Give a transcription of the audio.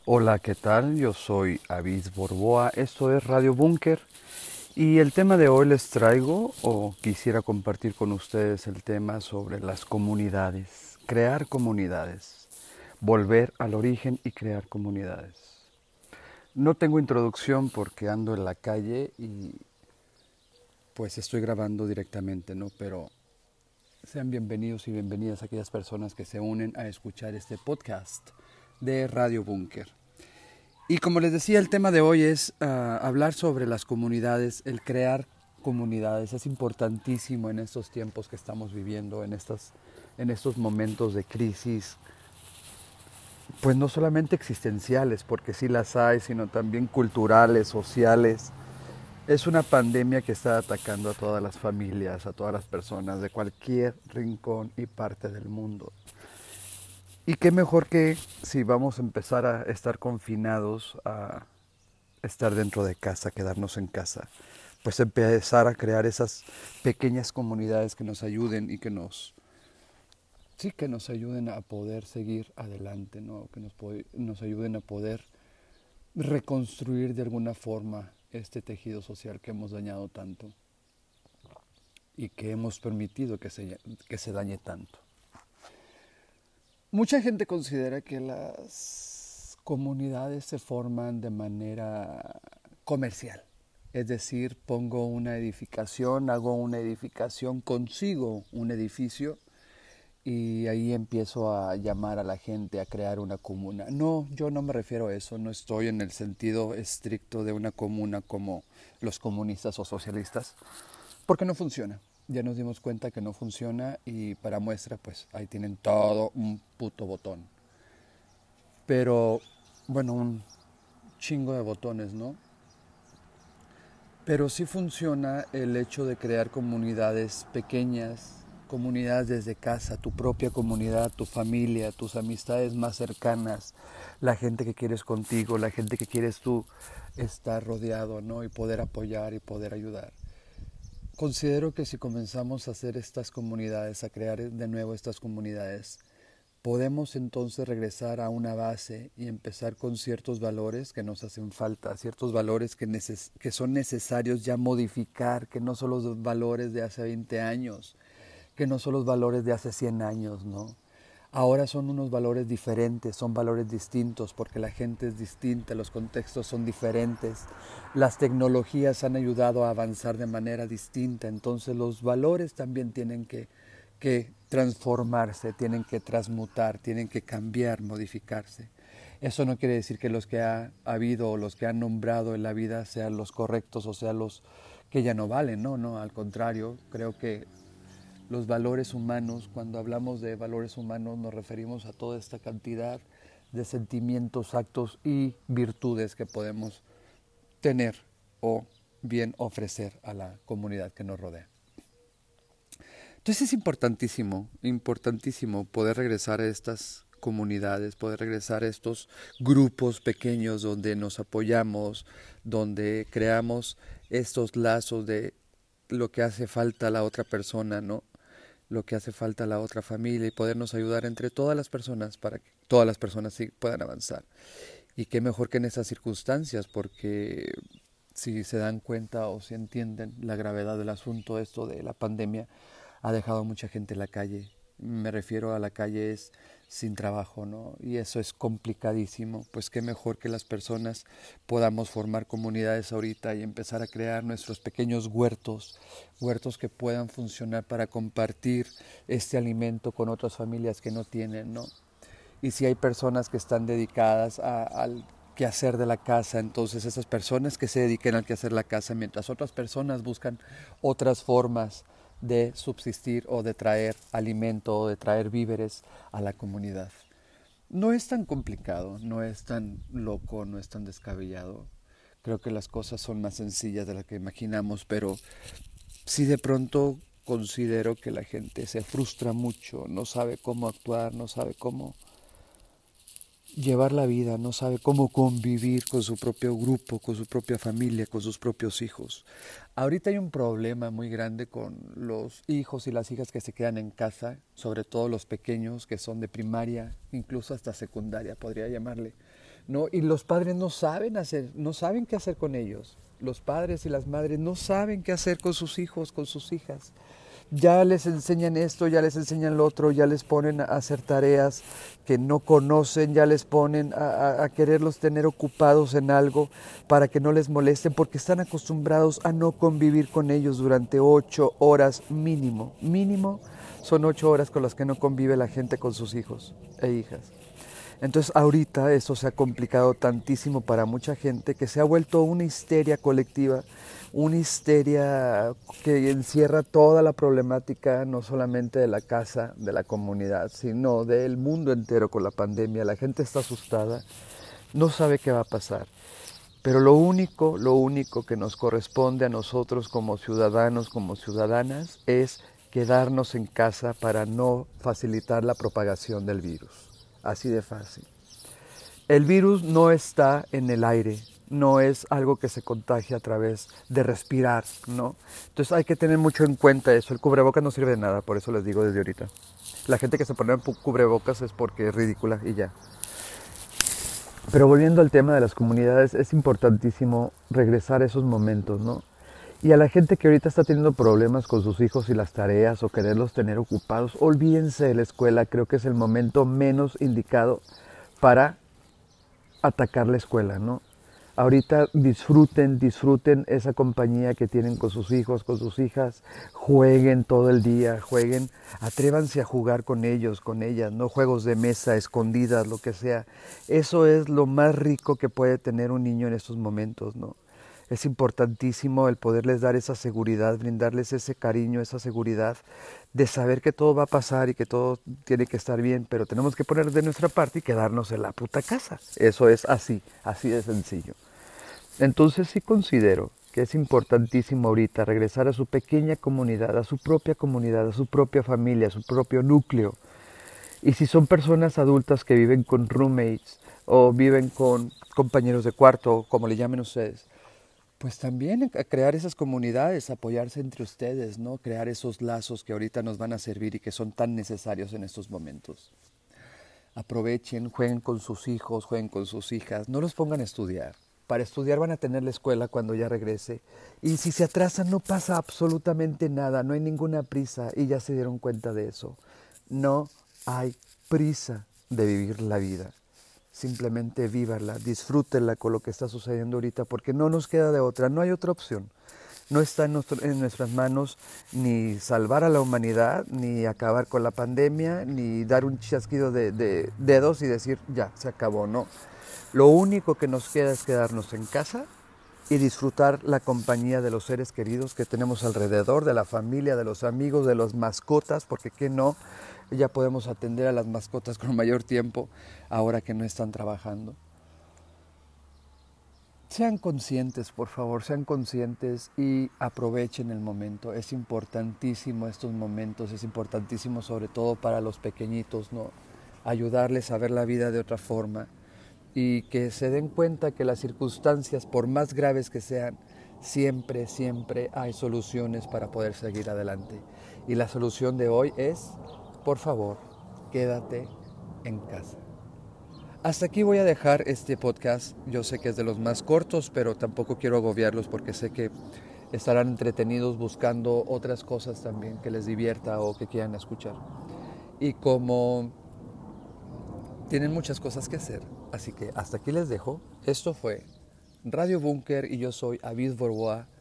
Hola, ¿qué tal? Yo soy Avis Borboa, esto es Radio Búnker y el tema de hoy les traigo o quisiera compartir con ustedes el tema sobre las comunidades, crear comunidades, volver al origen y crear comunidades. No tengo introducción porque ando en la calle y pues estoy grabando directamente, ¿no? Pero sean bienvenidos y bienvenidas a aquellas personas que se unen a escuchar este podcast de Radio Búnker. Y como les decía, el tema de hoy es hablar sobre las comunidades, el crear comunidades. Es importantísimo en estos tiempos que estamos viviendo, en estos momentos de crisis, pues no solamente existenciales, porque sí las hay, sino también culturales, sociales. Es una pandemia que está atacando a todas las familias, a todas las personas de cualquier rincón y parte del mundo. Y qué mejor que si vamos a empezar a estar confinados, a estar dentro de casa, quedarnos en casa, pues empezar a crear esas pequeñas comunidades que nos ayuden y que nos ayuden a poder seguir adelante, ¿no? Que nos ayuden a poder reconstruir de alguna forma este tejido social que hemos dañado tanto y que hemos permitido que se dañe tanto. Mucha gente considera que las comunidades se forman de manera comercial. Es decir, pongo una edificación, hago una edificación, consigo un edificio y ahí empiezo a llamar a la gente a crear una comuna. No, yo no me refiero a eso, no estoy en el sentido estricto de una comuna como los comunistas o socialistas, porque no funciona. Ya nos dimos cuenta que no funciona y para muestra, pues ahí tienen todo un puto botón. Pero, bueno, un chingo de botones, ¿no? Pero sí funciona el hecho de crear comunidades pequeñas, comunidades desde casa, tu propia comunidad, tu familia, tus amistades más cercanas, la gente que quieres contigo, la gente que quieres tú estar rodeado, ¿no? Y poder apoyar y poder ayudar. Considero que si comenzamos a hacer estas comunidades, a crear de nuevo estas comunidades, podemos entonces regresar a una base y empezar con ciertos valores que nos hacen falta, ciertos valores que son necesarios ya modificar, que no son los valores de hace 20 años, que no son los valores de hace 100 años, ¿no? Ahora son unos valores diferentes, son valores distintos porque la gente es distinta, los contextos son diferentes, las tecnologías han ayudado a avanzar de manera distinta, entonces los valores también tienen que transformarse, tienen que transmutar, tienen que cambiar, modificarse. Eso no quiere decir que los que ha habido o los que han nombrado en la vida sean los correctos o sean los que ya no valen, no, no, al contrario, creo que los valores humanos, cuando hablamos de valores humanos nos referimos a toda esta cantidad de sentimientos, actos y virtudes que podemos tener o bien ofrecer a la comunidad que nos rodea. Entonces es importantísimo, importantísimo poder regresar a estas comunidades, poder regresar a estos grupos pequeños donde nos apoyamos, donde creamos estos lazos de lo que hace falta a la otra persona, ¿no? Lo que hace falta a la otra familia y podernos ayudar entre todas las personas para que todas las personas sí puedan avanzar. Y qué mejor que en esas circunstancias, porque si se dan cuenta o si entienden la gravedad del asunto, esto de la pandemia ha dejado a mucha gente en la calle. Me refiero a la calle es sin trabajo, ¿no? Y eso es complicadísimo. Pues qué mejor que las personas podamos formar comunidades ahorita y empezar a crear nuestros pequeños huertos, huertos que puedan funcionar para compartir este alimento con otras familias que no tienen, ¿no? Y si hay personas que están dedicadas al quehacer de la casa, entonces esas personas que se dediquen al quehacer de la casa, mientras otras personas buscan otras formas de subsistir o de traer alimento o de traer víveres a la comunidad. No es tan complicado, no es tan loco, no es tan descabellado. Creo que las cosas son más sencillas de las que imaginamos, pero sí de pronto considero que la gente se frustra mucho, no sabe cómo actuar, no sabe cómo llevar la vida, no sabe cómo convivir con su propio grupo, con su propia familia, con sus propios hijos. Ahorita hay un problema muy grande con los hijos y las hijas que se quedan en casa, sobre todo los pequeños que son de primaria, incluso hasta secundaria, podría llamarle. ¿no? Y los padres no saben qué hacer con ellos. Los padres y las madres no saben qué hacer con sus hijos, con sus hijas. Ya les enseñan esto, ya les enseñan lo otro, ya les ponen a hacer tareas que no conocen, ya les ponen a quererlos tener ocupados en algo para que no les molesten, porque están acostumbrados a no convivir con ellos durante 8 horas mínimo. Mínimo son 8 horas con las que no convive la gente con sus hijos e hijas. Entonces ahorita eso se ha complicado tantísimo para mucha gente que se ha vuelto una histeria colectiva, una histeria que encierra toda la problemática, no solamente de la casa, de la comunidad, sino del mundo entero con la pandemia. La gente está asustada, no sabe qué va a pasar. Pero lo único que nos corresponde a nosotros como ciudadanos, como ciudadanas, es quedarnos en casa para no facilitar la propagación del virus. Así de fácil. El virus no está en el aire, no es algo que se contagia a través de respirar, ¿no? Entonces hay que tener mucho en cuenta eso. El cubrebocas no sirve de nada, por eso les digo desde ahorita. La gente que se pone cubrebocas es porque es ridícula y ya. Pero volviendo al tema de las comunidades, es importantísimo regresar a esos momentos, ¿no? Y a la gente que ahorita está teniendo problemas con sus hijos y las tareas o quererlos tener ocupados, olvídense de la escuela, creo que es el momento menos indicado para atacar la escuela, ¿no? Ahorita disfruten esa compañía que tienen con sus hijos, con sus hijas, jueguen todo el día, jueguen, atrévanse a jugar con ellos, con ellas, ¿no? Juegos de mesa, escondidas, lo que sea. Eso es lo más rico que puede tener un niño en estos momentos, ¿no? Es importantísimo el poderles dar esa seguridad, brindarles ese cariño, esa seguridad de saber que todo va a pasar y que todo tiene que estar bien, pero tenemos que poner de nuestra parte y quedarnos en la puta casa. Eso es así de sencillo. Entonces sí considero que es importantísimo ahorita regresar a su pequeña comunidad, a su propia familia, a su propio núcleo. Y si son personas adultas que viven con roommates o viven con compañeros de cuarto, como le llamen ustedes, pues también a crear esas comunidades, apoyarse entre ustedes, ¿no? Crear esos lazos que ahorita nos van a servir y que son tan necesarios en estos momentos. Aprovechen, jueguen con sus hijos, jueguen con sus hijas, no los pongan a estudiar. Para estudiar van a tener la escuela cuando ya regrese. Y si se atrasan no pasa absolutamente nada, no hay ninguna prisa y ya se dieron cuenta de eso. No hay prisa de vivir la vida. Simplemente vívala, disfrútela con lo que está sucediendo ahorita porque no nos queda de otra, no hay otra opción. No está en nuestras manos ni salvar a la humanidad, ni acabar con la pandemia, ni dar un chasquido de dedos y decir ya, se acabó, no. Lo único que nos queda es quedarnos en casa y disfrutar la compañía de los seres queridos que tenemos alrededor, de la familia, de los amigos, de las mascotas, porque qué no, ya podemos atender a las mascotas con mayor tiempo ahora que no están trabajando. Sean conscientes, por favor, sean conscientes y aprovechen el momento. Es importantísimo estos momentos, es importantísimo sobre todo para los pequeñitos, ¿no? Ayudarles a ver la vida de otra forma y que se den cuenta que las circunstancias, por más graves que sean, siempre hay soluciones para poder seguir adelante. Y la solución de hoy es, por favor, quédate en casa. Hasta aquí voy a dejar este podcast. Yo sé que es de los más cortos, pero tampoco quiero agobiarlos porque sé que estarán entretenidos buscando otras cosas también que les divierta o que quieran escuchar. Y como tienen muchas cosas que hacer, así que hasta aquí les dejo. Esto fue Radio Búnker y yo soy Avid Borboa.